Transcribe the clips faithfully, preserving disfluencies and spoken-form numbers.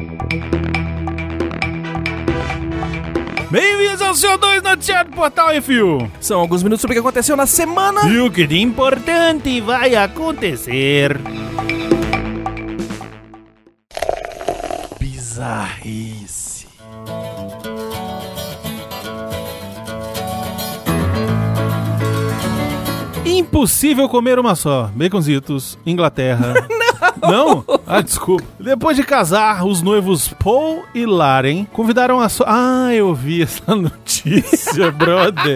Bem-vindos ao C O dois Noticiário do Portal Refil. São alguns minutos sobre o que aconteceu na semana e o que de importante vai acontecer. Bizarrice. Impossível comer uma só. Baconzitos, Inglaterra. Não? Não? Ah, desculpa. Depois de casar, os noivos Paul e Lauren convidaram a so... Ah, eu vi essa notícia, brother.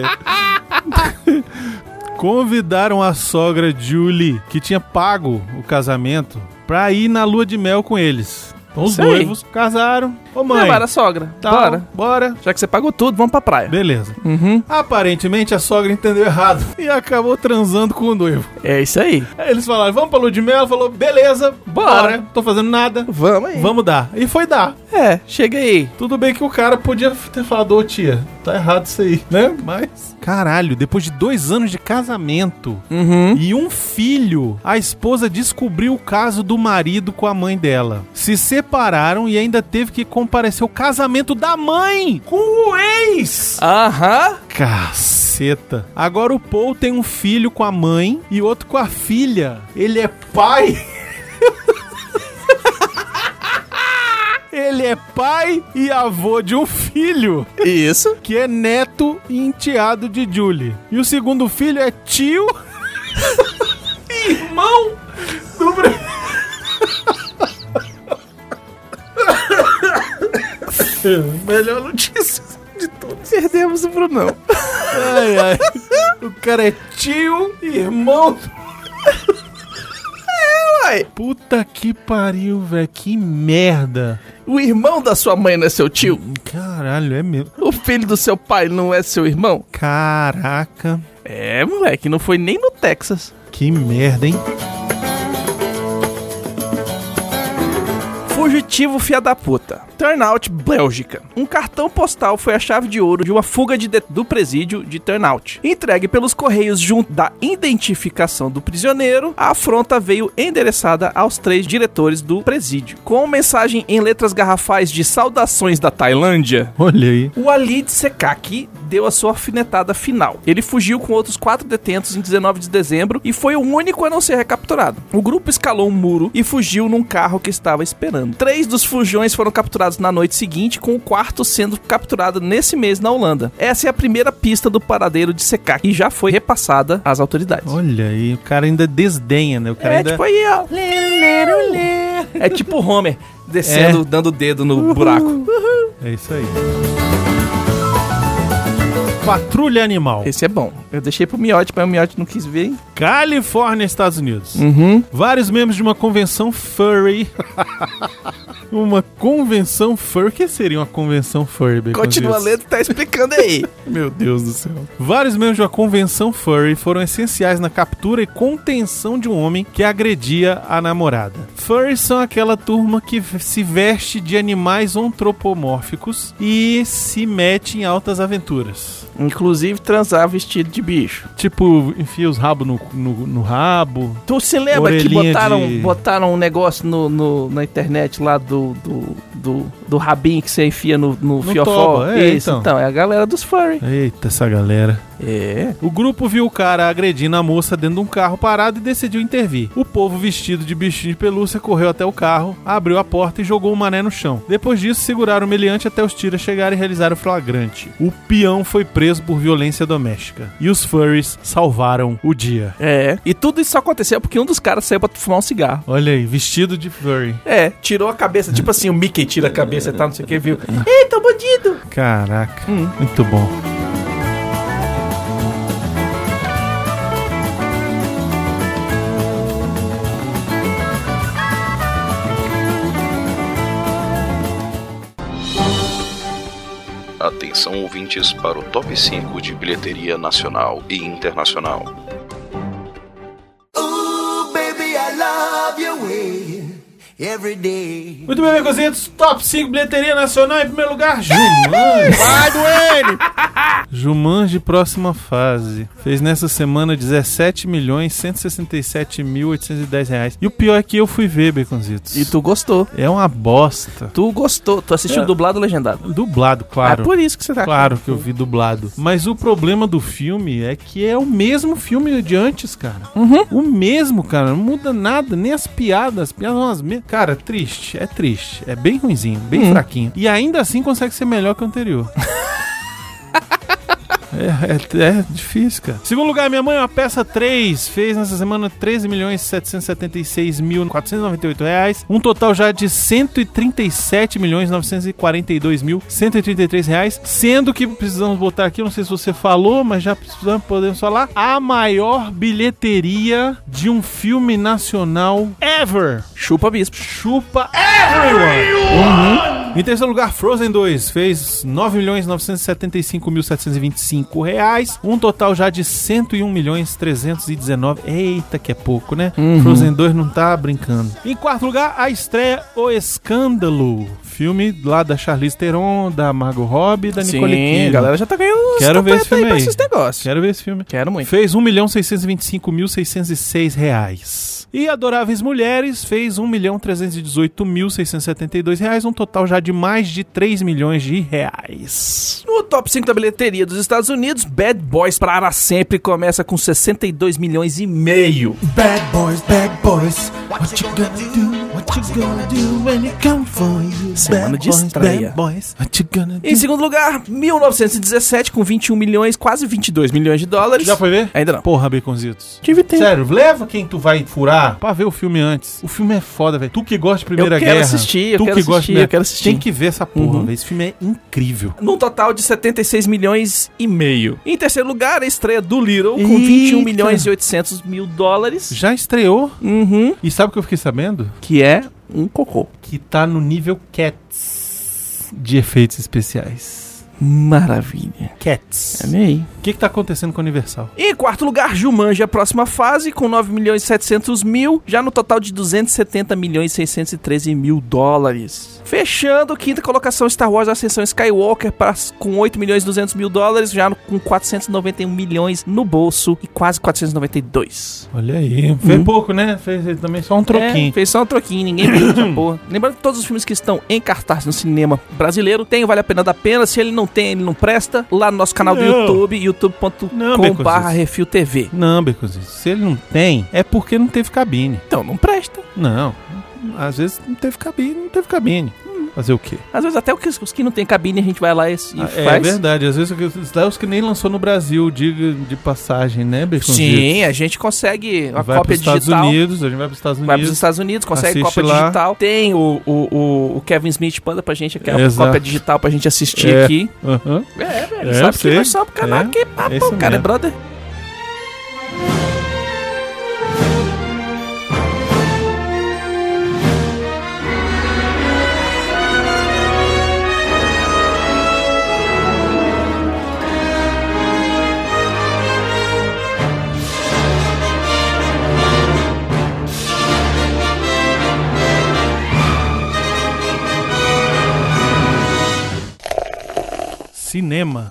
Convidaram a sogra Julie, que tinha pago o casamento, pra ir na lua de mel com eles. Então os Sei. noivos casaram. Ô mãe, Levaram a sogra. tá, Bora. Bora. Já que você pagou tudo, vamos pra praia. Beleza. Uhum. Aparentemente a sogra entendeu errado e acabou transando com o noivo. É isso aí. Aí eles falaram, vamos pra lua de mel? Ela falou, beleza, Bora. bora. Tô fazendo nada. Vamos aí. Vamos dar. E foi dar. É, chega aí. Tudo bem que o cara podia ter falado, ô tia, tá errado isso aí, né? Mas... Caralho, depois de dois anos de casamento Uhum. e um filho, a esposa descobriu o caso do marido com a mãe dela. Se separaram e ainda teve que comparecer o casamento da mãe com o ex. Aham. Caceta. Agora o Paul tem um filho com a mãe e outro com a filha. Ele é pai... Ele é pai e avô de um filho. Isso. Que é neto e enteado de Julie. E o segundo filho é tio e irmão do... Melhor notícia de tudo. Perdemos o Brunão. Ai, ai. O cara é tio e irmão... Uai, Puta que pariu, velho. Que merda. o irmão da sua mãe não é seu tio? Caralho, é mesmo. O filho do seu pai não é seu irmão? Caraca. É, moleque, não foi nem no Texas. Que merda, hein? Fugitivo fia da puta. Turnhout, Bélgica. Um cartão postal foi a chave de ouro de uma fuga de de- do presídio de Turnhout. Entregue pelos correios junto da identificação do prisioneiro, a afronta veio endereçada aos três diretores do presídio. Com mensagem em letras garrafais de saudações da Tailândia, Olha aí. o Walid Sekaki deu a sua alfinetada final. Ele fugiu com outros quatro detentos em dezenove de dezembro e foi o único a não ser recapturado. O grupo escalou um muro e fugiu num carro que estava esperando. Três dos fujões foram capturados na noite seguinte, com o quarto sendo capturado nesse mês na Holanda. Essa é a primeira pista do paradeiro de Sekaki e já foi repassada às autoridades. Olha aí, o cara ainda desdenha, né? O cara É ainda... tipo aí, ó. É tipo o Homer descendo, É. dando o dedo no buraco. É isso aí. Patrulha Animal. Esse é bom. Eu deixei pro Miotti, mas o Miotti não quis ver, hein? Califórnia, Estados Unidos. Uhum. Vários membros de uma convenção furry. Uma convenção furry. O que seria uma convenção furry? Continua Baconzitos? lendo, tá explicando aí. Meu Deus do céu. Vários membros de uma convenção furry foram essenciais na captura e contenção de um homem que agredia a namorada. Furries são aquela turma que se veste de animais antropomórficos e se mete em altas aventuras. Inclusive transar vestido de bicho. Tipo, enfia os rabos no, no, no rabo. Tu se lembra que Orelhinha botaram, de- botaram um negócio no, no- na internet lá do, do, do, do rabinho que você enfia no, no, No fiofó? toba, é, Isso, então. então. É a galera dos furry. Eita, essa galera. É. O grupo viu o cara agredindo a moça dentro de um carro parado e decidiu intervir. O povo vestido de bichinho de pelúcia correu até o carro, abriu a porta e jogou o mané no chão. Depois disso, seguraram o meliante até os tiras chegarem e realizaram o flagrante. O peão foi preso por violência doméstica. E os furries salvaram o dia. É. E tudo isso só aconteceu porque um dos caras saiu pra fumar um cigarro. Olha aí, vestido de furry. É, tirou a cabeça, tipo assim, o Mickey tira a cabeça e tal, não sei o que, viu? Eita, bandido! Caraca, Hum. muito bom. Atenção ouvintes para o top cinco de bilheteria nacional e internacional. Ooh, baby, I love your way every day. Muito bem, Beconzitos. Top cinco bilheteria nacional. Em primeiro lugar, Jumanji. Vai, Duane! Jumanji, próxima fase. Fez nessa semana dezessete milhões cento e sessenta e sete mil oitocentos e dez reais. E o pior é que eu fui ver, Beconzitos. E tu gostou. É uma bosta. Tu gostou. Tu assistiu É. dublado ou legendado? Dublado, claro. É por isso que você tá Claro que eu vi dublado. Mas o problema do filme é que é o mesmo filme de antes, cara. Uhum. O mesmo, cara. Não muda nada, nem as piadas. As piadas são as mesmas. Cara, triste. É triste. É bem ruinzinho, bem Uhum. fraquinho. E ainda assim consegue ser melhor que o anterior. É, é, é difícil, cara. Segundo lugar, Minha Mãe é uma Peça três. Fez nessa semana treze milhões setecentos e setenta e seis mil quatrocentos e noventa e oito reais. Um total já de cento e trinta e sete milhões novecentos e quarenta e dois mil cento e trinta e três reais. Sendo que precisamos botar aqui, não sei se você falou, mas já precisamos, podemos falar, a maior bilheteria de um filme nacional ever. Chupa bispo. Chupa everyone! Uhum. Em terceiro lugar, Frozen dois fez nove milhões novecentos e setenta e cinco mil setecentos e vinte e cinco reais, um total já de cento e um milhões trezentos e dezenove. Eita, que é pouco, né? Uhum. Frozen dois não tá brincando. Em quarto lugar, a estreia O Escândalo, filme lá da Charlize Theron, da Margot Robbie e da Nicole Sim, Kidman. a galera já tá ganhando Quero ver esse filme pra aí. esses negócios. Quero ver esse filme. Quero muito. Fez um milhão seiscentos e vinte e cinco mil seiscentos e seis reais. E Adoráveis Mulheres fez um milhão trezentos e dezoito mil seiscentos e setenta e dois reais, um total já de mais de três milhões de reais. No top cinco da bilheteria dos Estados Unidos, Bad Boys para sempre começa com sessenta e dois milhões e meio. Bad boys, bad boys, what you gonna do? What you gonna do when it come for you? Semana Bad de boys, estreia. bad boys, what you gonna do? Em segundo lugar, mil novecentos e dezessete com vinte e um milhões, quase vinte e dois milhões de dólares. Já foi ver? Ainda não. Porra, Baconzitos. Tive tempo. Sério, leva quem tu vai furar pra ver o filme antes. O filme é foda, velho. Tu que gosta de Primeira Eu quero Guerra. assistir, eu tu quero que gosta de assistir, Primeira- eu quero assistir. Tem que ver essa porra, Uhum. velho. Esse filme é incrível. Num total de setenta e seis milhões e meio. Em terceiro lugar, a estreia do Little, com Eita. vinte e um milhões e oitocentos mil dólares. Já estreou. Uhum. E sabe o que eu fiquei sabendo? Que é um cocô. Que tá no nível Cats de efeitos especiais. Maravilha. Cats. É meio. O que que tá acontecendo com a Universal? Em quarto lugar, Jumanji, a próxima fase, com nove milhões e setecentos mil, já no total de duzentos e setenta milhões e seiscentos e treze mil dólares. Fechando, quinta colocação, Star Wars Ascensão Skywalker, pra, com oito milhões e duzentos mil dólares, já no, com quatrocentos e noventa e um milhões no bolso e quase quatrocentos e noventa e dois. Olha aí. Fez pouco, né? Fez também só um troquinho. É, fez só um troquinho, ninguém viu essa porra. Lembrando que todos os filmes que estão em cartaz no cinema brasileiro tem o Vale a Pena da Pena. Se ele não tem, ele não presta. Lá no nosso canal do Não. YouTube, youtube ponto com barra refil T V. Não, Beconzitos. Se ele não tem, é porque não teve cabine. Então não presta. Não. Às vezes não teve cabine, não teve cabine. Fazer o quê? Às vezes até os os que não tem cabine a gente vai lá e, e Ah, faz. é verdade. Às vezes é os que nem lançou no Brasil, diga de passagem, né, Beconzitos? Sim, a gente consegue a vai cópia pros Estados digital. Unidos, a gente vai para os Estados Vai pros Unidos. Estados Unidos, consegue assiste cópia lá. digital. Tem o, o, o, o Kevin Smith manda pra gente aqui a Exato. cópia digital pra gente assistir É. aqui. Aham. É, velho. É, sabe eu que sei. nós somos canal É, aqui, papo, é isso cara, é mesmo. brother. Cinema.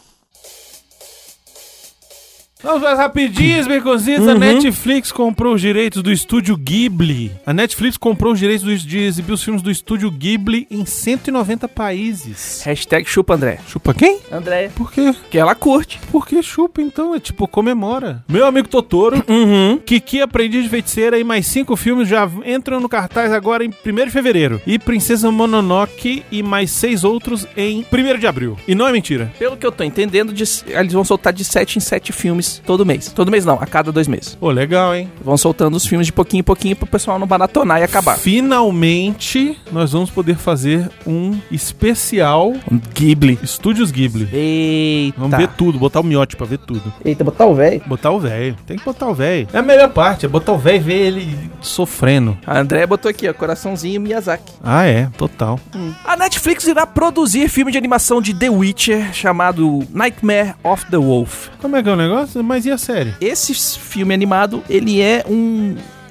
Vamos mais rapidinhos, Beconzitos. Uhum. A Netflix comprou os direitos do estúdio Ghibli. A Netflix comprou os direitos do- de exibir os filmes do estúdio Ghibli em cento e noventa países. Hashtag chupa André. Chupa quem? André. Por quê? Que ela curte. Por que chupa, então? É tipo, comemora. Meu amigo Totoro, Uhum. Kiki Aprendiz de Feiticeira e mais cinco filmes já entram no cartaz agora em primeiro de fevereiro. E Princesa Mononoke e mais seis outros em primeiro de abril. E não é mentira. Pelo que eu tô entendendo, de- eles vão soltar de sete em sete filmes todo mês. Todo mês não, a cada dois meses. Pô, legal, hein? Vão soltando os filmes de pouquinho em pouquinho pro pessoal não maratonar e acabar. Finalmente, nós vamos poder fazer um especial Um Ghibli. Estúdios Ghibli. Eita. Vamos ver tudo, botar o miote pra ver tudo. Eita, botar o velho. Botar o velho. Tem que botar o velho. É a melhor parte, é botar o velho e ver ele sofrendo. A André botou aqui, ó, coraçãozinho Miyazaki. Ah, é, total. A Netflix irá produzir filme de animação de The Witcher chamado Nightmare of the Wolf. Como é que é o negócio? Mas e a série? Esse filme animado, ele é um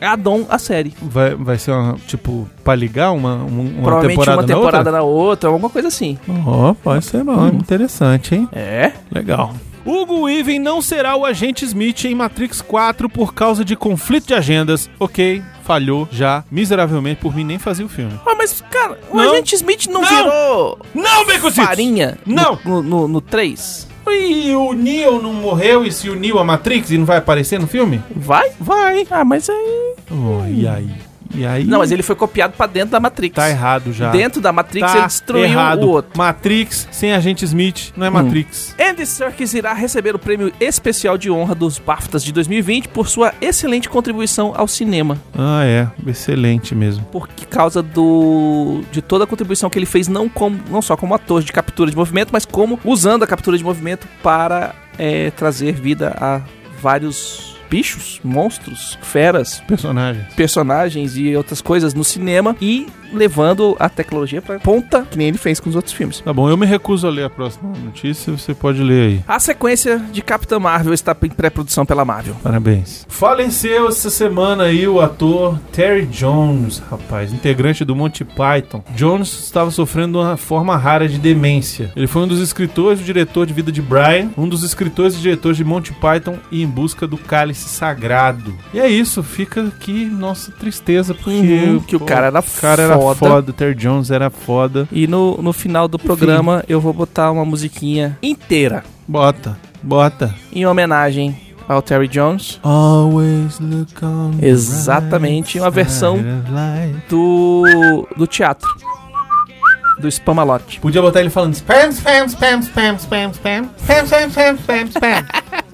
add-on a série. Vai, vai ser uma, tipo, pra ligar uma, uma, uma Provavelmente temporada uma temporada na na outra, alguma coisa assim. Ó, oh, pode ser bom. Interessante, hein? É? Legal. Hugo Weaving não será o agente Smith em Matrix quatro por causa de conflito de agendas. Ok, falhou já miseravelmente, por mim nem fazia o filme. Ah, mas, cara, o Não. agente Smith não, Não. virou Não, Baconzitos! farinha Não. no, no, no três? E o Neo não morreu? E se uniu a Matrix e não vai aparecer no filme? Vai? Vai. Ah, mas aí... Oh, e aí? E aí? Não, mas ele foi copiado pra dentro da Matrix. Tá errado já. Dentro da Matrix Tá ele destruiu errado. o outro. Matrix sem agente Smith não é Matrix. Andy Serkis irá receber o prêmio especial de honra dos BAFTAs de dois mil e vinte por sua excelente contribuição ao cinema. Ah, é. Excelente mesmo. Por causa do de toda a contribuição que ele fez, não, como, não só como ator de captura de movimento, mas como usando a captura de movimento para é, trazer vida a vários bichos, monstros, feras, Personagens. personagens e outras coisas no cinema e levando a tecnologia pra ponta, que nem ele fez com os outros filmes. Tá bom, eu me recuso a ler a próxima notícia, você pode ler aí. A sequência de Capitã Marvel está em pré-produção pela Marvel. Parabéns. Faleceu essa semana aí o ator Terry Jones, rapaz, integrante do Monty Python. Jones estava sofrendo uma forma rara de demência. Ele foi um dos escritores e diretor de Vida de Brian, um dos escritores e diretores de Monty Python e Em Busca do Cálice Sagrado. E é isso, fica aqui nossa tristeza, porque Uhum, que o cara era o cara era foda. foda, o Terry Jones era foda. E no, no final do programa eu vou botar uma musiquinha inteira Bota, bota. em homenagem ao Terry Jones. Always look on the Exatamente, uma right versão side of life. do, do teatro. Do Spamalot. Podia botar ele falando spam, spam, spam, spam, spam, spam, spam, spam, spam, spam, spam.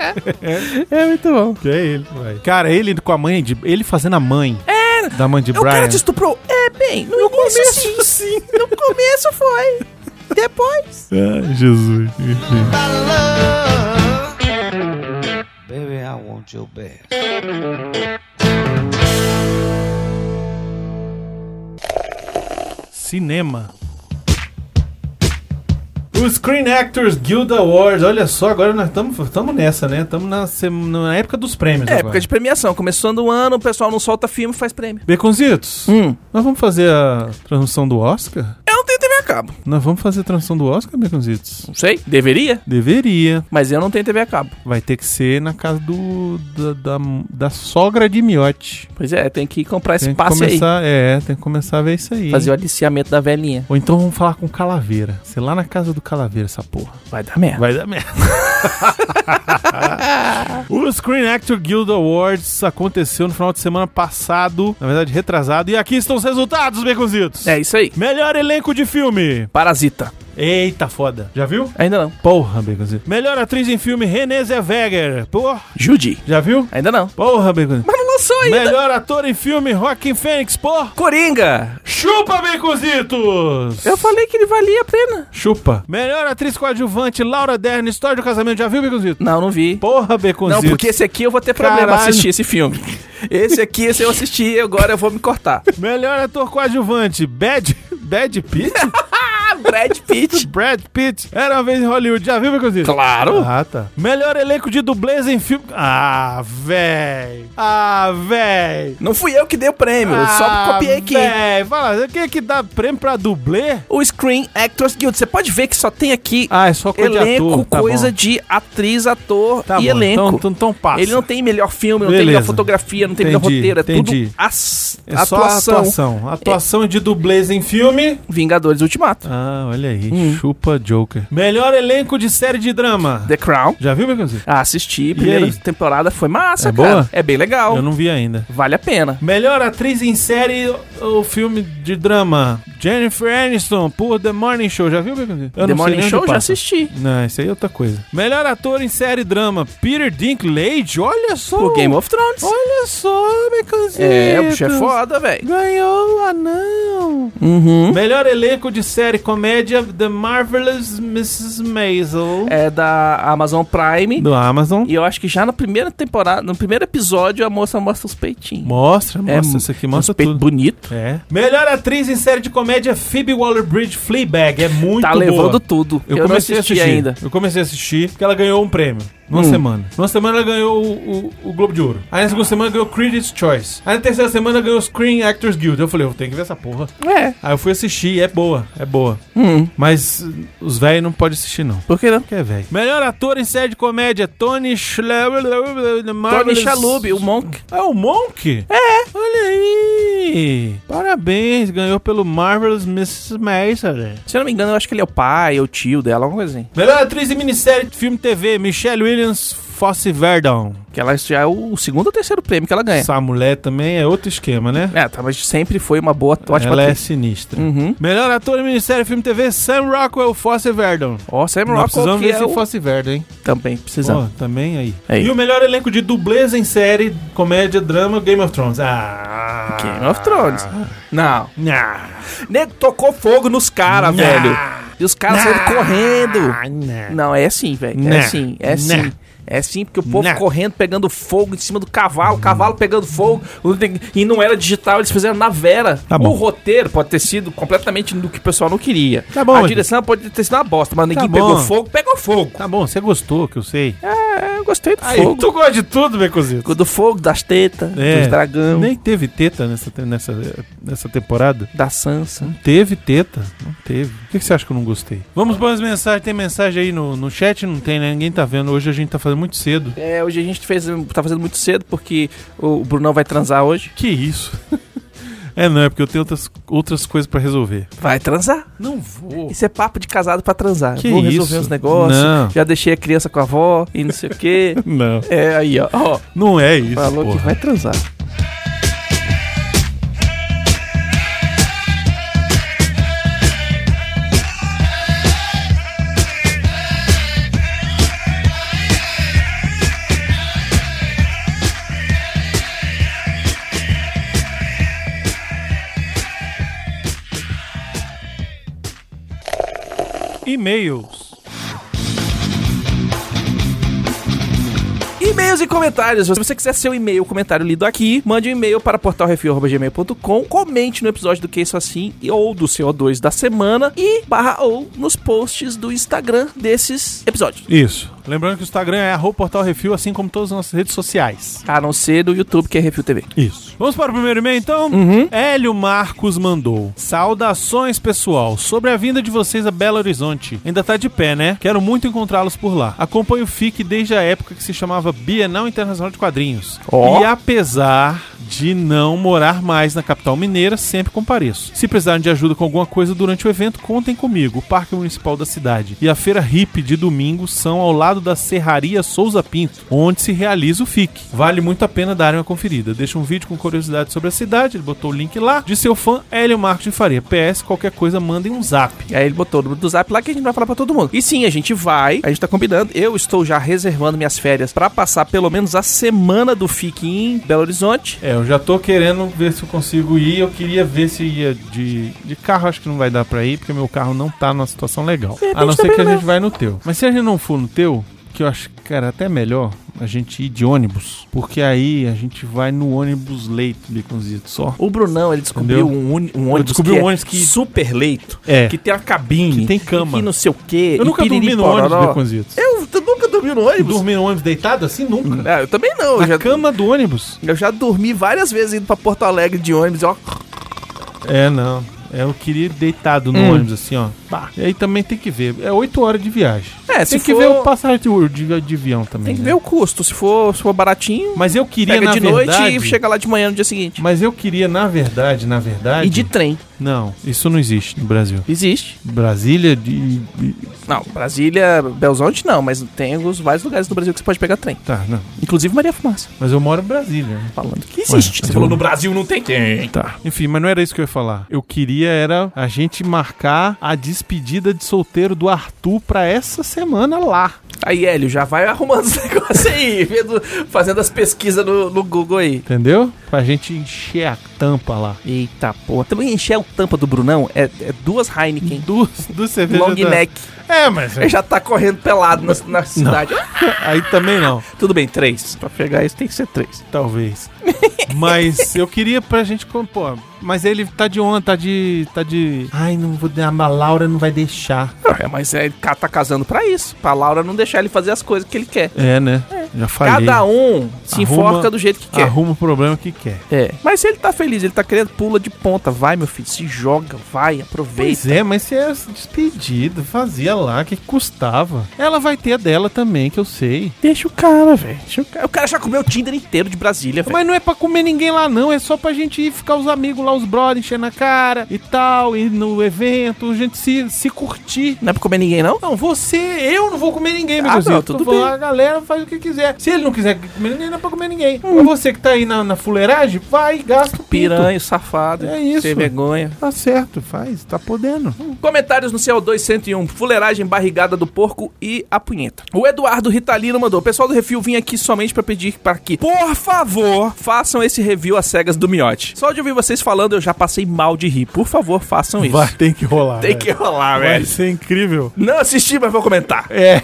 É muito bom. Que é ele, vai. Cara, ele com a mãe de... Ele fazendo a mãe. É, Da mãe de o Brian. cara te estuprou. É, bem, no, no começo, começo, sim. No começo foi. Depois. Ai, Jesus. Enfim. Baby, I want your best. Cinema. O Screen Actors Guild Awards, olha só, agora nós estamos nessa, né? Estamos na, sem- na época dos prêmios É, agora. época de premiação. Começando o ano, o pessoal não solta filme, faz prêmio. Baconzitos, Hum. nós vamos fazer a transmissão do Oscar? Eu não tenho T V a cabo. Nós vamos fazer a transmissão do Oscar, Baconzitos? Não sei, deveria. Deveria. Mas eu não tenho T V a cabo. Vai ter que ser na casa do da, da, da sogra de Miotti. Pois é, tem que comprar Tem que espaço aí. começar, é, tem que começar a ver isso aí. Fazer o aliciamento da velhinha. Ou então vamos falar com o Calaveira. Sei lá na casa do Calaveira, essa porra. Vai dar merda. Vai dar merda. O Screen Actor Guild Awards aconteceu no final de semana passado, na verdade retrasado, e aqui estão os resultados, Baconzitos. É isso aí. Melhor elenco de filme. Parasita. Eita foda. Já viu? Ainda não. Porra, Baconzitos. Melhor atriz em filme, Renée Zellweger. Porra. Judy. Já viu? Ainda não. Porra, Baconzitos. Mas não lançou ainda. Melhor ator em filme, Joaquin Phoenix. Porra. Coringa. Chupa, Baconzitos. Eu falei que ele valia a pena. Chupa. Melhor atriz coadjuvante, Laura Dern, História do Casamento. Já viu, Baconzitos? Não, não vi. Porra, Baconzitos. Não, porque esse aqui eu vou ter problema Caralho. assistir esse filme. Esse aqui, esse eu assisti, agora eu vou me cortar. Melhor ator coadjuvante, Bad, Bad Pitt? Brad Pitt. Brad Pitt. Era uma vez em Hollywood. Já viu, Baconzitos? Claro. Ah, tá. Melhor elenco de dublês em filme... Ah, véi. Ah, véi. Não fui eu que dei o prêmio, eu só copiei aqui. Véi. Fala, quem é que dá prêmio pra dublê? O Screen Actors Guild. Você pode ver que só tem aqui Ah, é só coisa de elenco, ator. Tá coisa bom. de atriz, ator Tá e bom. elenco. Então, então, então passa. Ele não tem melhor filme, não tem Beleza. melhor fotografia, não tem Entendi, melhor roteiro. É entendi. tudo as, É só atuação. a atuação. Atuação de dublês em filme. Vingadores Ultimato. Ah, olha aí. Hum. Chupa Joker. Melhor elenco de série de drama. The Crown. Já viu, Baconzitos? Ah, assisti. E Primeira aí? temporada foi massa, É cara. boa? É bem legal. Eu não vi ainda. Vale a pena. Melhor atriz em série ou filme de drama, Jennifer Aniston, por The Morning Show. Já viu, Baconzitos? Eu The não sei Morning nem onde Show já passa. assisti. Não, isso aí é outra coisa. Melhor ator em série drama, Peter Dinklage. Olha só. O Game of Thrones. Olha só, Baconzitos. É, o bicho é foda, velho. Ganhou o anão. Uhum. Melhor elenco de série comédia, The Marvelous missus Maisel. É da Amazon Prime. Do Amazon. E eu acho que já na primeira temporada, no primeiro episódio, a moça mostra os peitinhos. Mostra, mostra. É, Isso aqui uns mostra peitos tudo. bonito. É. Melhor atriz em série de comédia, Phoebe Waller-Bridge, Fleabag. É muito Tá boa. levando tudo. Eu, Eu, não comecei assisti a assistir ainda. Eu comecei a assistir porque ela ganhou um prêmio. Numa Hum. semana. Numa semana ela ganhou o, o, o Globo de Ouro. Aí na segunda semana ganhou o Critics' Choice. Aí na terceira semana ganhou o Screen Actors Guild. Eu falei, eu tenho que ver essa porra. É. Aí eu fui assistir, é boa, é boa. Hum. Mas uh, os velhos não podem assistir, não. Por que não? Porque é velho. Melhor ator em série de comédia, Tony Shalhoub. Tony Shalhoub, o Monk. É o Monk? É. Olha aí. Parabéns, ganhou pelo Marvelous missus Maisel. Se eu não me engano, eu acho que ele é o pai ou o tio dela, alguma coisa assim. Melhor atriz em minissérie de filme e T V, Michelle Williams, Fosse Verdon. Que ela já é o segundo ou terceiro prêmio que ela ganha. Essa mulher também é outro esquema, né? É, tá, mas sempre foi uma boa, ótima Ela é atriz. sinistra. Uhum. Melhor ator em minissérie, filme e T V, Sam Rockwell, Fosse Verdon. Ó, Sam Nós Rockwell, precisamos que ver é esse o... Fosse Verdon, hein? Também precisamos. Pô, também aí. Aí. E o melhor elenco de dublês em série, comédia, drama, Game of Thrones. Ah. Game of Thrones. Não. Nah. Nego tocou fogo nos caras, Nah. velho. E os caras saíram correndo. Nah. Não, é assim, velho. É Nah. assim, é assim. Nah. É sim, porque o povo Nah. correndo, pegando fogo em cima do cavalo, o cavalo pegando fogo, e não era digital, eles fizeram na vera. Tá bom. O roteiro pode ter sido completamente do que o pessoal não queria. Tá bom, A mas- direção pode ter sido uma bosta, mas ninguém Tá pegou bom. fogo, pegou fogo. Tá bom, você gostou, que eu sei. É, eu gostei do Aí, fogo. tu gosta de tudo, Becozito. Do fogo, das tetas, É, dos dragão, Nem teve teta nessa, te- nessa, nessa temporada. da Sansa. Não teve teta. Não teve. Por que, que você acha que eu não gostei? Vamos para as mensagens. Tem mensagem aí no, no chat? Não tem, né? Ninguém tá vendo. Hoje a gente tá fazendo muito cedo. É, hoje a gente fez, tá fazendo muito cedo, porque o Brunão vai transar hoje. Que isso? É, não, é porque eu tenho outras, outras coisas pra resolver. Vai transar? Não vou. Isso é papo de casado pra transar. Que Vou resolver isso? os negócios, Não. já deixei a criança com a avó e não sei o quê. Não. É, aí, ó. ó Não é isso, falou porra. que vai transar. E-mails. E-mails e comentários. Se você quiser seu e-mail, comentário lido aqui, mande um e-mail para portal refil arroba gmail ponto com, comente no episódio do Que Isso Assim ou do C O dois da semana e barra ou nos posts do Instagram desses episódios. Isso. Lembrando que o Instagram é arroba portal refil, assim como todas as nossas redes sociais. A não ser do YouTube, que é Refil T V. Isso. Vamos para o primeiro e-mail, então? Uhum. Hélio Marcos mandou. Saudações, pessoal. Sobre a vinda de vocês a Belo Horizonte. Ainda tá de pé, né? Quero muito encontrá-los por lá. Acompanho o F I C desde a época que se chamava Bienal Internacional de Quadrinhos. Ó. E apesar de não morar mais na capital mineira, sempre compareço. Se precisarem de ajuda com alguma coisa durante o evento, contem comigo. O Parque Municipal da cidade e a Feira Hippie de domingo são ao lado da Serraria Souza Pinto, onde se realiza o F I C. Vale muito a pena darem uma conferida. Deixa um vídeo com curiosidade sobre a cidade, ele botou o link lá, de seu fã Hélio Marcos de Faria. P S, qualquer coisa, mandem um zap. E aí ele botou o número do zap lá que a gente vai falar pra todo mundo. E sim, a gente vai, a gente tá combinando. Eu estou já reservando minhas férias pra passar pelo menos a semana do F I C em Belo Horizonte. É, eu já tô querendo ver se eu consigo ir. Eu queria ver se ia de, de carro, acho que não vai dar pra ir, porque meu carro não tá numa situação legal. De repente A não ser também que a não. gente vai no teu. Mas se a gente não for no teu, que eu acho, cara, até melhor a gente ir de ônibus, porque aí a gente vai no ônibus leito, Biconzito, só. O Brunão, ele descobriu Entendeu? um, uni- um ônibus, descobri que um é ônibus que- super leito, É. que tem uma cabine, Que tem cama. que não sei o quê. Eu e nunca piriri dormi no ônibus, pororó. Biconzito. Eu, eu nunca dormi no ônibus. Dormir no ônibus deitado assim? Nunca. Ah, eu também não. Eu Na já, cama do ônibus? eu já dormi várias vezes indo pra Porto Alegre de ônibus, ó. É, não. É, eu queria ir deitado no Hum. ônibus, assim, ó. Pá. E aí também tem que ver. É oito horas de viagem. É, se tem que for- ver o passagem de, de, de avião também. Tem que né? ver o custo. Se for, se for baratinho, Mas eu queria, pega na de verdade... noite e chega lá de manhã no dia seguinte. Mas eu queria, na verdade, na verdade... E de trem. Não, isso não existe no Brasil. Existe. Brasília de... de- Não, Brasília, Belzonte não, mas tem os vários lugares do Brasil que você pode pegar trem. Tá, não. Inclusive Maria Fumaça. Mas eu moro em Brasília, né? Falando que Ué, existe. mas Você falou eu- no Brasil não tem? Tem. Tá. Enfim, mas não era isso que eu ia falar. Eu queria era a gente marcar a despedida de solteiro do Arthur pra essa semana lá. Aí, Hélio, já vai arrumando os negócios aí, vendo, fazendo as pesquisas no, no Google aí. Entendeu? pra gente encher a tampa lá. Eita porra. Também encher o tampa do Brunão é, é duas Heineken. Duas, duas cervejas. Long neck. É, mas... Ele já tá correndo pelado na, na cidade. Aí também não. Tudo bem, três. Pra pegar isso tem que ser três. Talvez. Mas eu queria pra gente... Pô, mas ele tá de onda, tá de... Tá de... Ai, não vou dar... A Laura não vai deixar. É, mas é, ele tá casando pra isso. Pra Laura não deixar ele fazer as coisas que ele quer. É, né? É. Já falei. Cada um se Arruma, enforca do jeito que quer. Arruma o problema que quer. É. Mas se ele tá feliz, ele tá querendo, pula de ponta. Vai, meu filho, se joga, vai, aproveita. Pois é, mas se é despedido, fazia lá, que custava. Ela vai ter a dela também, que eu sei. Deixa o cara, velho. O cara. o cara já comeu o Tinder inteiro de Brasília, velho. Mas não é pra comer ninguém lá, não. É só pra gente ir ficar os amigos lá, os brothers, enchendo a cara e tal, ir no evento, a gente se, se curtir. Não é pra comer ninguém, não? Não, você, eu não vou comer ninguém, meu Ah, Deus. não, tudo falando, bem. a galera faz o que quiser. Se ele não quiser comer ninguém, não é pra comer ninguém. Hum. Mas você que tá aí na, na fuleiragem, vai, gasta o pinto. Piranha, safado. É isso. Sem vergonha. Tá certo, faz, tá podendo. Comentários no C O dois cento e um. Fuleiragem, barrigada do porco e a punheta. O Eduardo Ritalino mandou. O pessoal do Refil vim aqui somente pra pedir para que, por favor, façam esse review às cegas do Miote. Só de ouvir vocês falando, eu já passei mal de rir. Por favor, façam isso. Vai, tem que rolar. Tem velho. que rolar, Vai velho. ser incrível. Não assisti, mas vou comentar. É.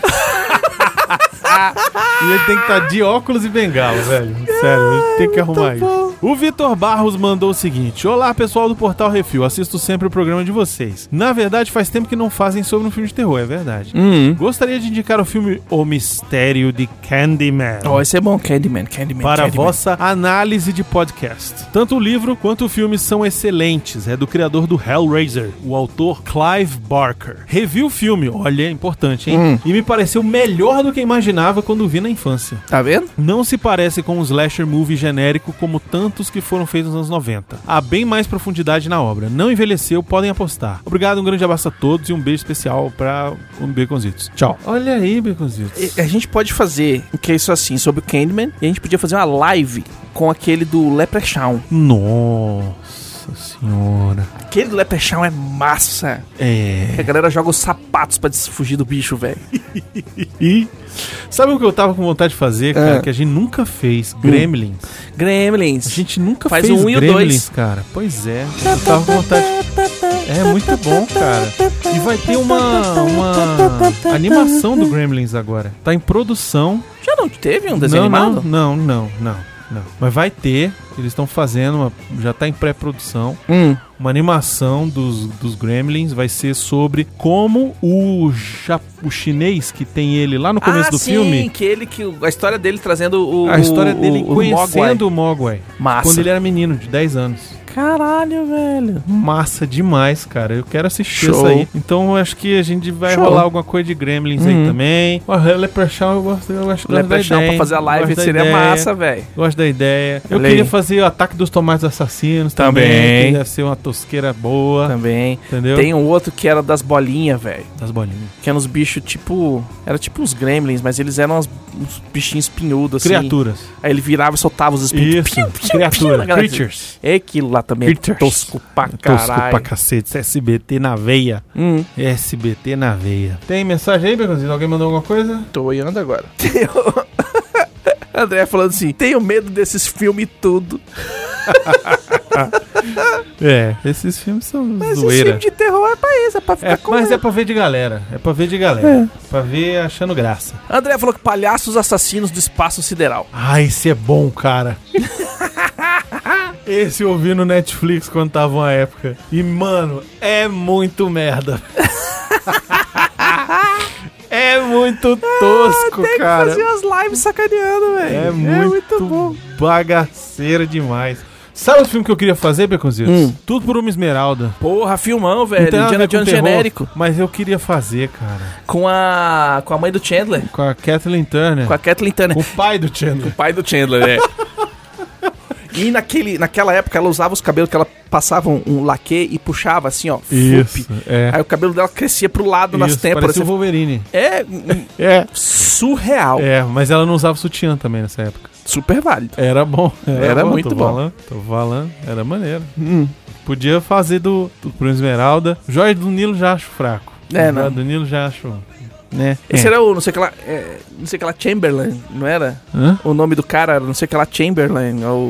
E ele tem que estar de óculos e bengala, velho. Sério, ele tem que arrumar isso. O Vitor Barros mandou o seguinte: olá, pessoal do Portal Refil, assisto sempre o programa de vocês. Na verdade, faz tempo que não fazem sobre um filme de terror, é verdade. Uhum. Gostaria de indicar o filme O Mistério de Candyman. Oh, esse é bom, Candyman, Candyman. Para Candyman. vossa análise de podcast. Tanto o livro quanto o filme são excelentes. É do criador do Hellraiser, o autor Clive Barker. Revi o filme, olha, é importante, hein? Hum. E me pareceu melhor do que imaginava quando vi na infância. Tá vendo? Não se parece com um slasher movie genérico como tantos que foram feitos nos anos noventa. Há bem mais profundidade na obra. Não envelheceu, podem apostar. Obrigado, um grande abraço a todos e um beijo especial para um Baconzitos. Tchau. Olha aí, Baconzitos. A gente pode fazer o que é isso assim, sobre o Candyman, e a gente podia fazer uma live com aquele do Leprechaun. Nossa senhora. Aquele do Leprechaun é massa. É. A galera joga os sapatos pra fugir do bicho, velho. E sabe o que eu tava com vontade de fazer, cara? Ah. Que a gente nunca fez? Gremlins. Gremlins. A gente nunca Faz fez um e o Gremlins, dois. cara. Pois é. Eu tava com vontade. É muito bom, cara. E vai ter uma, uma animação do Gremlins agora. Tá em produção. Já não teve um desenho não, animado? Não, não, não, não, não. Mas vai ter. Eles estão fazendo, uma, já tá em pré-produção. Hum. Uma animação dos, dos Gremlins vai ser sobre como o, ja, o chinês que tem ele lá no começo ah, do sim, filme. que ele, que a história dele trazendo o A história dele o, o conhecendo o Mogwai. Massa. Quando ele era menino, de dez anos. Caralho, velho. Massa demais, cara. Eu quero assistir Show. isso aí. Então eu acho que a gente vai Show. rolar alguma coisa de Gremlins Uhum. aí também. O Leprechaun eu gosto, eu acho que gosto da Leprechaun ideia. pra fazer a live Gosto da seria ideia. massa, velho. Gosto da ideia. Eu Olha queria aí. fazer o Ataque dos Tomates Assassinos também. Também. Que deve ser uma tosqueira boa. Também. Entendeu? Tem um outro que era das bolinhas, velho. Das bolinhas. Que eram uns bichos tipo... Era tipo uns gremlins, mas eles eram uns, uns bichinhos espinhudos, assim. Criaturas. Aí ele virava e soltava os espinhos. Isso. Criaturas. Creatures. É aquilo lá também. Creatures. Tosco pra Tosco caralho. pra cacete. S B T na veia. Hum. S B T na veia. Tem mensagem aí, Beconzinho? Alguém mandou alguma coisa? Tô olhando agora. André falando assim, tenho medo desses filmes tudo. É, esses filmes são Mas esse zoeira. filme de terror é pra isso, é pra ficar É, com mas medo. é pra ver de galera. É pra ver de galera. É. Pra ver achando graça. André falou que palhaços assassinos do espaço sideral. Ah, esse é bom, cara. Esse eu vi no Netflix quando tava uma época. E, mano, é muito merda. É muito tosco, Tem que cara. fazer as lives sacaneando, velho. É muito, bagaceira demais. Sabe o filme que eu queria fazer, Beconzitos? Hum. Tudo por uma esmeralda. Porra, filmão, velho. Não tem nada a Indiana ver com Jones terror, genérico. Mas eu queria fazer, cara. Com a com a mãe do Chandler. Com a Kathleen Turner. Com a Kathleen Turner. Com o pai do Chandler. O pai do Chandler, é. E naquele, naquela época ela usava os cabelos que ela passava um, um laque e puxava assim, ó. Isso, fup. é. Aí o cabelo dela crescia pro lado nas Isso, têmporas. parecia o Wolverine. É hum, É. surreal. É, mas ela não usava sutiã também nessa época. Super válido. Era bom. Era bom, muito tô bom. Falando, tô falando, era maneiro. Hum. Podia fazer do, do Pro Esmeralda. Joia do Nilo já acho fraco. É, Joia não. do Nilo já acho... Né? Esse é. era o, não sei o que lá, é, não sei o que lá, Chamberlain, não era? Hã? O nome do cara era não sei o que lá, Chamberlain, ou...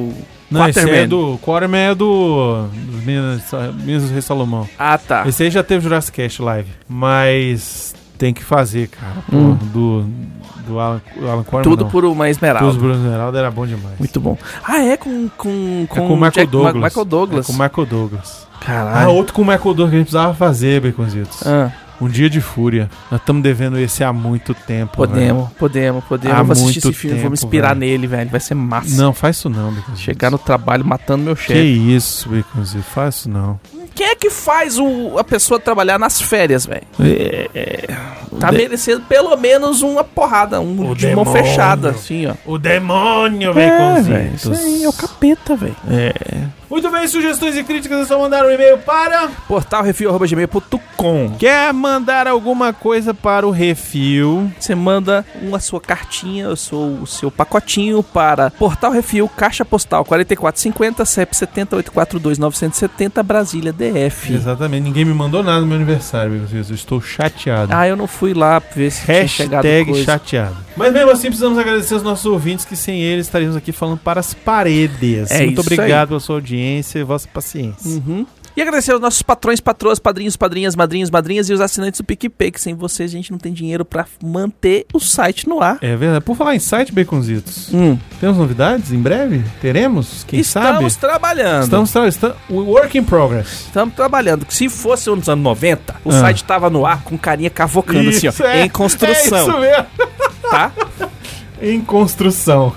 Não, esse Quarterman. é do... Quarterman é do... Dos Minas, Minas do Rei Salomão. Ah, tá. Esse aí já teve Jurassic Cast Live. Mas tem que fazer, cara. Pô, Hum. do, do Alan, Alan Quarterman, Tudo não. por uma Esmeralda. Tudo por uma Esmeralda era bom demais. Muito bom. Ah, é com... Com, É com o Michael Jack- Douglas. Ma- Michael Douglas. É com o Michael Douglas. Ah, Caralho. outro com o Michael Douglas que a gente precisava fazer, Baconzitos. Ah, Um Dia de Fúria. Nós estamos devendo esse há muito tempo. podemos, podemos, podemos. Há Eu vou assistir muito esse filme, vou me tempo, inspirar velho. nele, velho. Vai ser massa. velho. Não, faz isso não, Baconzitos. Chegar no trabalho matando meu Que chefe. isso, Baconzitos. Faz isso não. Quem é que faz o, a pessoa trabalhar nas férias, velho? Tá de- merecendo pelo menos uma porrada, um O de mão demônio. fechada, assim, ó. O demônio, É, Baconzitos. velho. Isso aí é o capeta, velho. Muito bem, sugestões e críticas é só mandar um e-mail para... portal refil arroba gmail ponto com. Quer mandar alguma coisa para o Refil? Você manda uma sua cartinha, o seu, o seu pacotinho para Portal Refil, Caixa Postal quatro quatro cinco zero, C E P setenta oito quatro dois nove sete zero, Brasília, D F. Exatamente, ninguém me mandou nada no meu aniversário, Baconzitos. Eu estou chateado. Ah, eu não fui lá ver se tinha chegado Hashtag coisa. chateado. Mas mesmo assim, precisamos agradecer os nossos ouvintes, que sem eles estaríamos aqui falando para as paredes. É Muito isso obrigado aí. pela sua audiência e vossa paciência. Uhum. E agradecer aos nossos patrões, patroas, padrinhos, padrinhas, madrinhas, madrinhas e os assinantes do PicPay, que sem vocês a gente não tem dinheiro pra manter o site no ar. É verdade. Por falar em site, Baconzitos, Hum. temos novidades? Em breve? Teremos? Quem Estamos sabe? trabalhando. Estamos, tra estamos work in progress. Estamos trabalhando. Se fosse nos anos noventa, o Ah. site tava no ar com carinha cavocando assim, ó, é, em construção, É isso mesmo. tá? Em construção.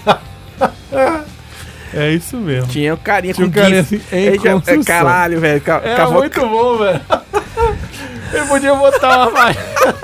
É isso mesmo. Tinha o carinha Tinha com um carinha gif. assim, em Aí já- construção. Caralho, velho. Ca É cavoca- muito bom, velho. Ele podia botar uma vai.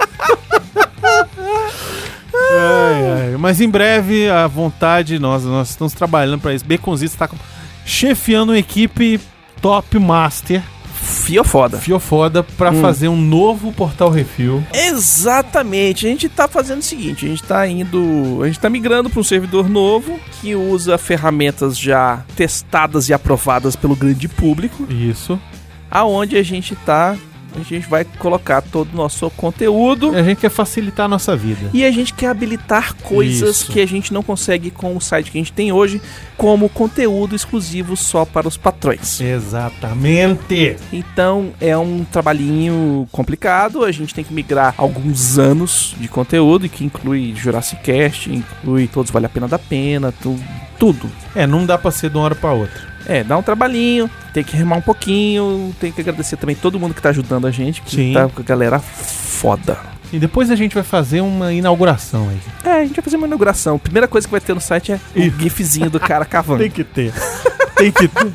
Ai, ai. Mas em breve, a vontade, nós, nós estamos trabalhando para isso. Baconzitos está chefiando uma equipe top master, Fio foda. fiofoda, para Hum. fazer um novo Portal Refil. Exatamente. A gente tá fazendo o seguinte, a gente tá indo, a gente tá migrando para um servidor novo que usa ferramentas já testadas e aprovadas pelo grande público, Isso. aonde a gente tá, a gente vai colocar todo o nosso conteúdo. E a gente quer facilitar a nossa vida. E a gente quer habilitar coisas Isso. que a gente não consegue com o site que a gente tem hoje, como conteúdo exclusivo só para os patrões. Exatamente. Então é um trabalhinho complicado, a gente tem que migrar alguns anos de conteúdo, que inclui Jurassic Cast, inclui Todos Vale a Pena da Pena, tu, tudo. É, não dá pra ser de uma hora pra outra. É, dá um trabalhinho, tem que remar um pouquinho, tem que agradecer também todo mundo que tá ajudando a gente, que Sim. tá com a galera foda. E depois a gente vai fazer uma inauguração aí. É, a gente vai fazer uma inauguração. A primeira coisa que vai ter no site é o Isso. gifzinho do cara cavando. Tem que ter. Tem que ter.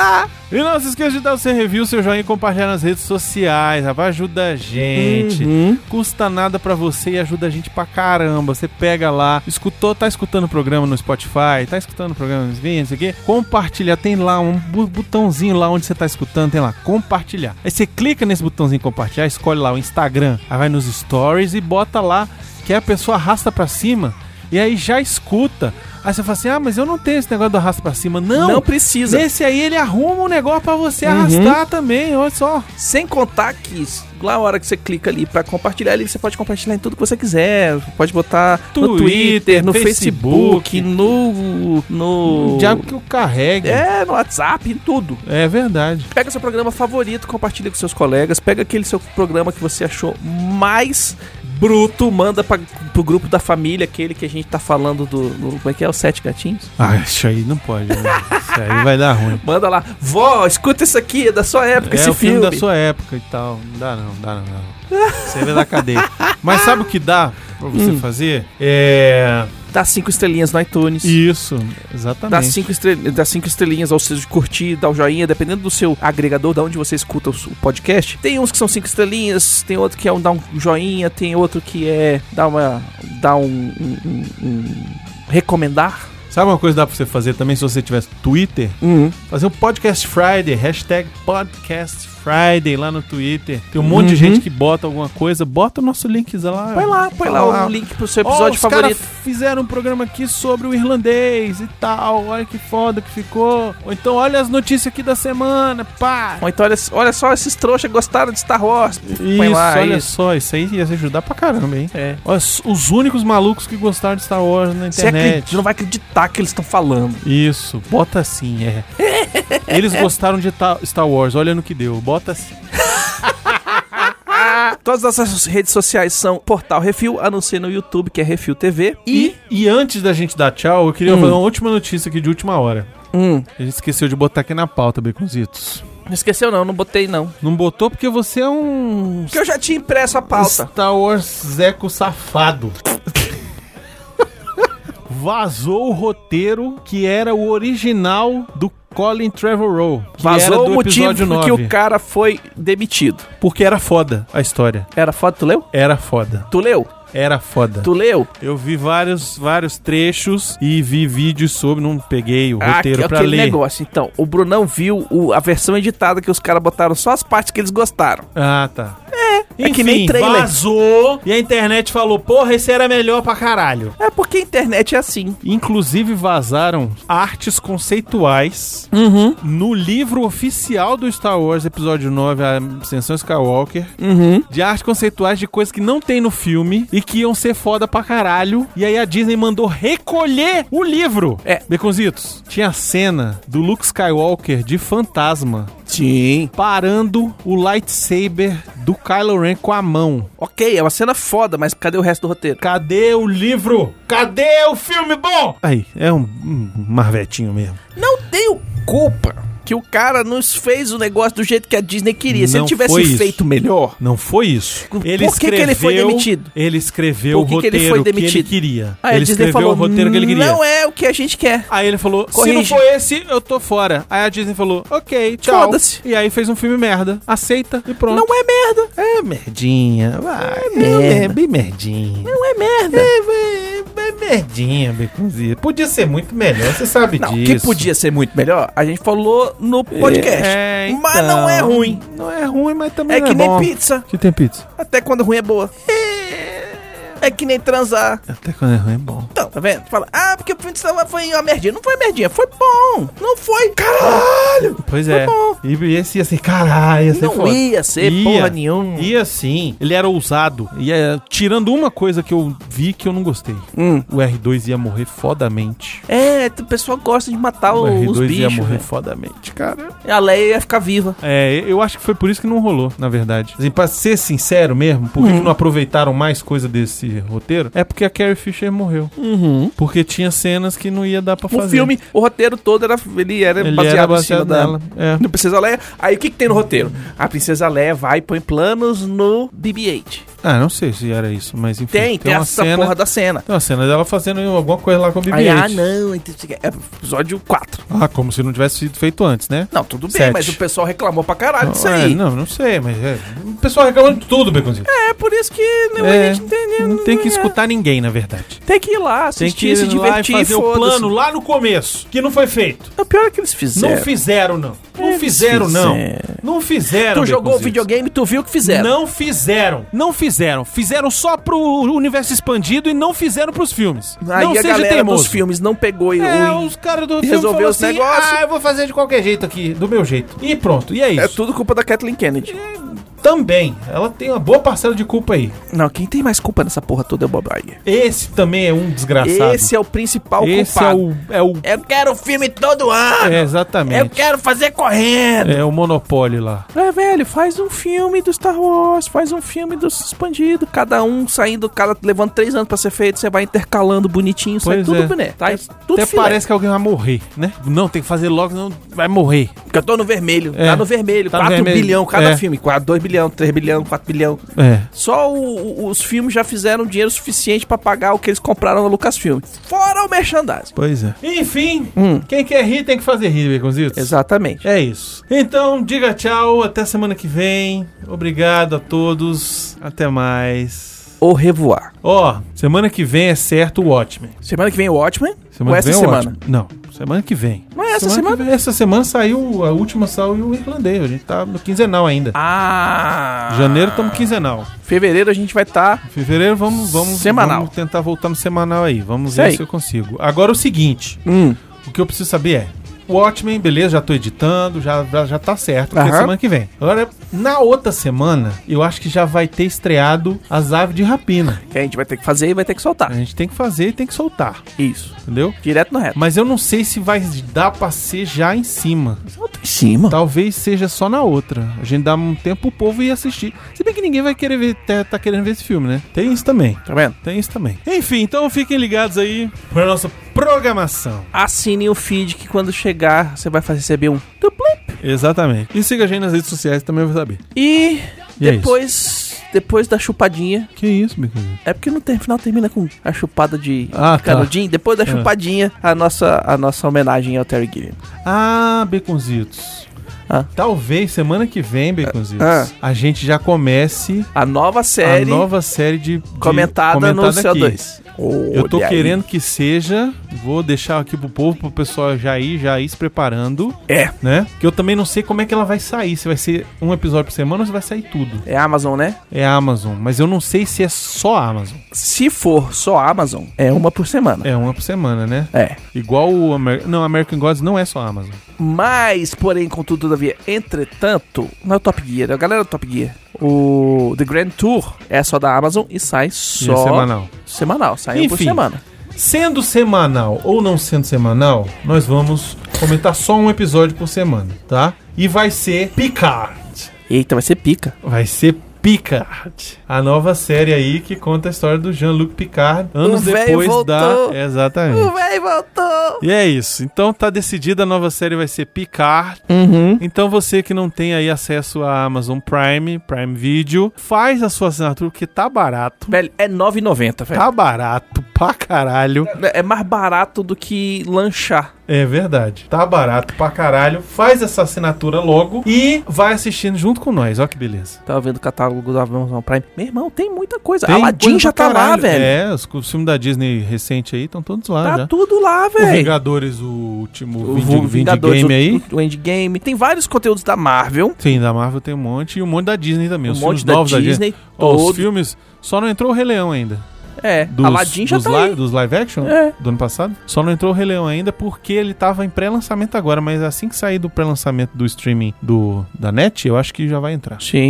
E não se esqueça de dar o seu review, seu joinha e compartilhar nas redes sociais, rapaz. Ajuda a gente. Uhum. Custa nada pra você e ajuda a gente pra caramba. Você pega lá, escutou, tá escutando o programa no Spotify, tá escutando o programa nos vídeos, não sei o quê. Compartilhar, tem lá um bu- botãozinho lá onde você tá escutando, tem lá, compartilhar. Aí você clica nesse botãozinho compartilhar, escolhe lá o Instagram, aí vai nos stories e bota lá, que a pessoa arrasta pra cima e aí já escuta. Aí você fala assim, ah, mas eu não tenho esse negócio do arrasta pra cima. Não, Não precisa. nesse aí ele arruma um negócio pra você Uhum. arrastar também, olha só. Sem contar que lá a hora que você clica ali pra compartilhar, ali você pode compartilhar em tudo que você quiser. Pode botar no Twitter, Twitter, no Facebook, Facebook, no... no... O diabo que eu carregue. É, no WhatsApp, em tudo. É verdade. Pega seu programa favorito, compartilha com seus colegas. Pega aquele seu programa que você achou mais bruto, manda pra, pro grupo da família, aquele que a gente tá falando do... do como é que é? Os Sete Gatinhos? Ah, isso aí não pode, né? Isso aí vai dar ruim. Manda lá. Vó, escuta isso aqui, é da sua época, É esse o filme, filme. da sua época e tal. Não dá não, não dá não. não. Você vai dar cadeia. Mas sabe o que dá pra você Hum. fazer? É... Dá cinco estrelinhas no iTunes. Isso, Dá exatamente. cinco, estre... dá cinco estrelinhas, ou seja, curtir, dá o joinha, dependendo do seu agregador, da onde você escuta o o podcast. Tem uns que são cinco estrelinhas, tem outro que é um dar um joinha, tem outro que é dar uma. dar um. um, um, um recomendar. Sabe uma coisa que dá pra você fazer também se você tivesse Twitter? Uhum. Fazer um Podcast Friday, hashtag Podcast Friday lá no Twitter. Tem um monte Uhum. de gente que bota alguma coisa. Bota o nosso link lá. Põe lá, põe Fala lá o link pro seu episódio Ó, os favorito. caras fizeram um programa aqui sobre o irlandês e tal. Olha que foda que ficou. Ou então olha as notícias aqui da semana, pá. Ou então, olha, olha só, esses trouxas gostaram de Star Wars. Põe Isso, lá, olha isso. só, isso aí ia ajudar pra caramba, hein? É. Olha, os únicos malucos que gostaram de Star Wars na Você acredita, internet. não vai acreditar que eles estão falando. Isso, bota assim, é. Eles gostaram de ta- Star Wars, olha no que deu, bota assim. Todas as nossas redes sociais são Portal Refil, a não ser no YouTube, que é Refil T V. E, e antes da gente dar tchau, eu queria Hum. fazer uma última notícia aqui de última hora. Hum, A gente esqueceu de botar aqui na pauta, Baconzitos. não esqueceu não, não botei não. Não botou porque você é um Porque eu já tinha impresso a pauta. Star Wars Zeco safado. Vazou o roteiro que era o original do Colin Trevorrow. Que era Vazou do o motivo episódio por que nove. o cara foi demitido. Porque era foda a história. Era foda, tu leu? Era foda. Tu leu? Era foda. Tu leu? Eu vi vários, vários trechos e vi vídeos sobre, não peguei o Ah, roteiro que- pra aquele ler. negócio. Então, o Brunão viu o- a versão editada que os caras botaram só as partes que eles gostaram. Ah, tá. é que nem trailer. Vazou e a internet falou, porra, esse era melhor pra caralho. É porque a internet é assim. Inclusive vazaram artes conceituais Uhum, no livro oficial do Star Wars Episódio nove, a Ascensão Skywalker, uhum. de artes conceituais de coisas que não tem no filme e que iam ser foda pra caralho. E aí a Disney mandou recolher o livro. É. Baconzitos, tinha a cena do Luke Skywalker de fantasma Sim. parando o lightsaber do Kylo Ren com a mão. Ok, é uma cena foda, mas cadê o resto do roteiro? Cadê o livro? Cadê o filme bom? Aí, é um, um marvetinho mesmo. Não tenho culpa que o cara nos fez o negócio do jeito que a Disney queria. Se Não ele tivesse foi isso. feito melhor... Não foi isso. Ele Por que que ele foi demitido? Ele escreveu Por que o que ele roteiro foi que ele demitido? queria. Aí ele a Disney escreveu falou, o roteiro que ele queria. não é o que a gente quer. Aí ele falou, Corrige. se não for esse, eu tô fora. Aí a Disney falou, ok, tchau. Foda-se. E aí fez um filme merda. Aceita e pronto. Não é merda. é merdinha. Vai. É merda. É bem merdinha. Não é merda. É, é, é merdinha, Baconzitos. Podia ser muito melhor, você sabe Não, disso. que podia ser muito melhor, a gente falou no podcast. É, então, Mas não é ruim. Não é ruim, mas também É não que é nem bom. pizza. Que tem pizza? Até quando ruim é boa. É que nem transar. Até quando é ruim é bom. Então, tá vendo? Fala, ah, porque o filme de Star Wars foi uma merdinha. Não foi merdinha, foi bom. Não foi, caralho. Pois Foi é. bom. E e esse ia ser, caralho, ia ser Não foda. ia ser Ia. porra nenhuma. Ia sim. Ele era ousado. Ia, tirando uma coisa que eu vi que eu não gostei. Hum. O R dois ia morrer fodamente. É, o pessoal gosta de matar O o- R os dois ia bichos. morrer velho. fodamente, cara. E a Leia ia ficar viva. É, eu acho que foi por isso que não rolou, na verdade. Assim, pra ser sincero mesmo, por que Hum. que não aproveitaram mais coisa desse roteiro? É porque a Carrie Fisher morreu. Uhum. Porque tinha cenas que não ia dar pra O fazer. filme, o roteiro todo, era, ele era Ele baseado, era em baseado cima da, nela. É. da Princesa Leia. Aí o que, que tem no roteiro? A Princesa Leia vai e põe planos no B B oito. Ah, não sei se era isso, mas enfim. Tem, tem, uma essa cena, porra da cena. tem uma cena dela fazendo alguma coisa lá com o B B Aí, oito. ah, não, então, é episódio quatro. Ah, como se não tivesse sido feito antes, né? Não, tudo bem, Sete. mas o pessoal reclamou pra caralho disso é, aí. Não, não sei, mas é, o pessoal reclamando de tudo, Baconzinho. É, por isso que não, É, a gente entende, não tem que é. escutar ninguém, na verdade. Tem que ir lá, Tem assistir, que ir se lá divertir e fazer o foda-se. plano lá no começo, que não foi feito. O pior é que eles fizeram. Não fizeram, não. Não Eles fizeram, não. fizeram. Não fizeram, Tu jogou o Baconzitos. videogame, tu viu o que fizeram. Não fizeram. Não fizeram. Fizeram só pro universo expandido e não fizeram pros filmes. Aí não a seja galera teimoso. dos filmes não pegou e É, o... os caras do filme resolveu falaram os assim, negócios. ah, eu vou fazer de qualquer jeito aqui, do meu jeito. E pronto, e é isso. É tudo culpa da Kathleen Kennedy. Também, ela tem uma boa parcela de culpa aí. Não, quem tem mais culpa nessa porra toda é o Bob Iger. Esse também é um desgraçado. Esse é o principal Esse é culpado. o, é o... Eu quero o filme todo ano. É, exatamente. Eu quero fazer correndo. É o monopólio lá. É, velho, faz um filme do Star Wars, faz um filme do expandido, cada um saindo, cada levando três anos pra ser feito, você vai intercalando bonitinho, sai Pois tudo é. boné, tá? Tudo Até filé. parece que alguém vai morrer, né? Não, tem que fazer logo, senão vai morrer. Porque eu tô no vermelho, É. tá no vermelho, Tá no quatro vermelho. bilhão cada É. filme, quatro, dois bilhão, três bilhão, quatro bilhão. É. Só o- o- os filmes já fizeram dinheiro suficiente pra pagar o que eles compraram na Lucasfilm. Fora o merchandising. Pois é. Enfim, Hum. quem quer rir tem que fazer rir, Baconzitos. Exatamente. É isso. Então, diga tchau, até semana que vem. Obrigado a todos. Até mais. Au revoir. Ó, semana que vem é certo o Watchmen. Semana que vem o Watchmen? Semana Ou que essa vem é o semana? Watchmen. Não, semana que vem. Não é essa semana? que vem. Essa semana saiu, a última saiu o irlandês. A gente tá no quinzenal ainda. Ah! Janeiro estamos quinzenal. Fevereiro a gente vai estar... Tá... Fevereiro vamos, vamos, semanal. Vamos tentar voltar no semanal aí. Vamos Isso ver aí. se eu consigo. Agora o seguinte. Hum. O que eu preciso saber é... Watchmen, beleza, já tô editando, já, já, já tá certo, porque é Aham. semana que vem. Agora, na outra semana, eu acho que já vai ter estreado As Aves de Rapina. Que a gente vai ter que fazer e vai ter que soltar. A gente tem que fazer e tem que soltar, Isso. entendeu? Direto no reto. Mas eu não sei se vai dar pra ser já em cima. Solta em cima. Talvez seja só na outra. A gente dá um tempo pro povo ir assistir. Se bem que ninguém vai querer ver, tá, tá querendo ver esse filme, né? Tem isso também. Tá vendo? Tem isso também. Enfim, então fiquem ligados aí pra nossa programação. Assine o feed que quando chegar você vai receber um tuplip. Exatamente. E siga a gente nas redes sociais, também eu vou saber. E, E é depois, depois da chupadinha. Que isso, Bico? É porque no ter- final termina com a chupada de Ah, tá. canudinho. Depois da Ah. chupadinha, a nossa, a nossa homenagem ao Terry Gilliam. Ah, Baconzitos. Ah. Talvez semana que vem, Baconzitos, Ah. a gente já comece A nova série a nova série de, de comentada, no C O aqui. dois. Eu tô Olha aí. querendo que seja, vou deixar aqui pro povo, pro pessoal já ir, já ir se preparando, É, né? Que eu também não sei como é que ela vai sair, se vai ser um episódio por semana ou se vai sair tudo. é Amazon, né? É a Amazon, mas eu não sei se é só a Amazon. Se for só Amazon, é uma por semana. É uma por semana, né? É. Igual o Amer... Não, American Gods não é só a Amazon. Mas, porém, contudo, todavia, entretanto, não é o Top Gear, é a galera do Top Gear. O The Grand Tour é só da Amazon e sai E só é semanal. semanal, sai um por Enfim. semana. Sendo semanal ou não sendo semanal, nós vamos comentar só um episódio por semana, tá? E vai ser Picard. Eita, vai ser pica. Vai ser Picard. A nova série aí que conta a história do Jean-Luc Picard anos O véio depois voltou. da... Exatamente. O véi voltou! E é isso. Então tá decidida, a nova série vai ser Picard. Uhum. Então você que não tem aí acesso à Amazon Prime, Prime Video, faz a sua assinatura porque tá barato. Velho, é nove reais e noventa centavos, velho. Tá barato pra caralho. É mais barato do que lanchar. É verdade. Tá barato pra caralho. Faz essa assinatura logo e vai assistindo junto com nós. Ó que beleza. Tava vendo o catálogo da Amazon Prime. Meu irmão, tem muita coisa. Tem Aladdin coisa já pra tá lá, caralho. velho. É, os, os filmes da Disney recente aí estão todos lá Tá já. tudo lá, O velho. Vingadores, o último O Vind- Vu- Vingadores, Game aí. o, o Endgame. Tem vários conteúdos da Marvel. Sim, da Marvel tem um monte. E um monte da Disney também. Um os monte filmes da novos da Disney. Disney. Ó, os Todos. filmes... Só não entrou o Rei Leão ainda. É, Dos, Aladdin já dos tá live, aí. dos live action É. do ano passado. Só não entrou o Rei Leão ainda porque ele tava em pré-lançamento agora. Mas assim que sair do pré-lançamento do streaming do, da net, eu acho que já vai entrar. Sim.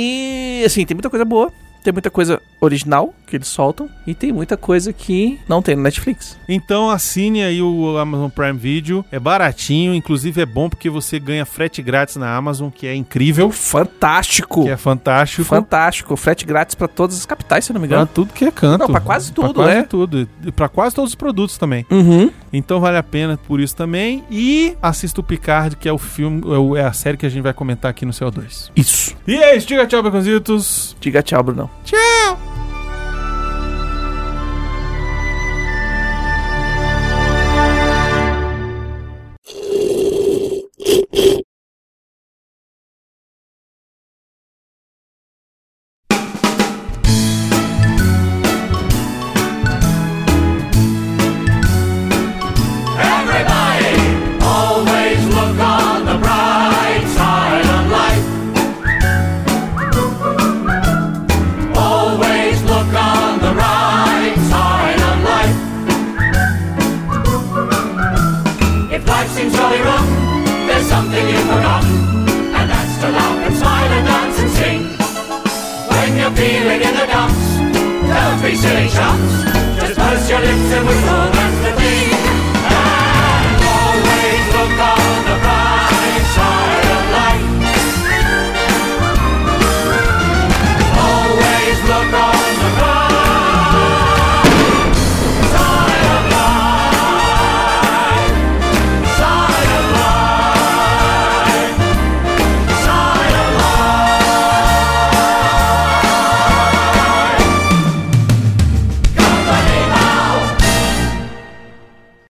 E, assim, tem muita coisa boa. Tem muita coisa original que eles soltam. E tem muita coisa que não tem no Netflix. Então assine aí o Amazon Prime Video. É baratinho, inclusive é bom porque você ganha frete grátis na Amazon, que é incrível, Fantástico. que é fantástico. Fantástico. Frete grátis pra todas as capitais, se eu não me Pra engano. tudo que é canto. Não, pra quase tudo, pra quase é. tudo. E pra quase todos os produtos também. Uhum. Então vale a pena por isso também. E assista o Picard, que é o filme, é o- é a série que a gente vai comentar aqui no C O dois. Isso. E é isso, diga tchau, Baconzitos. Diga tchau, Brunão. Tchau! Always look on the bright side of life. Always look on the right side of life. If life seems really rough, there's something you've forgotten, and that's to laugh and smile and dance and sing. When you're feeling in the dumps, don't be silly chumps. Just purse your lips and whistle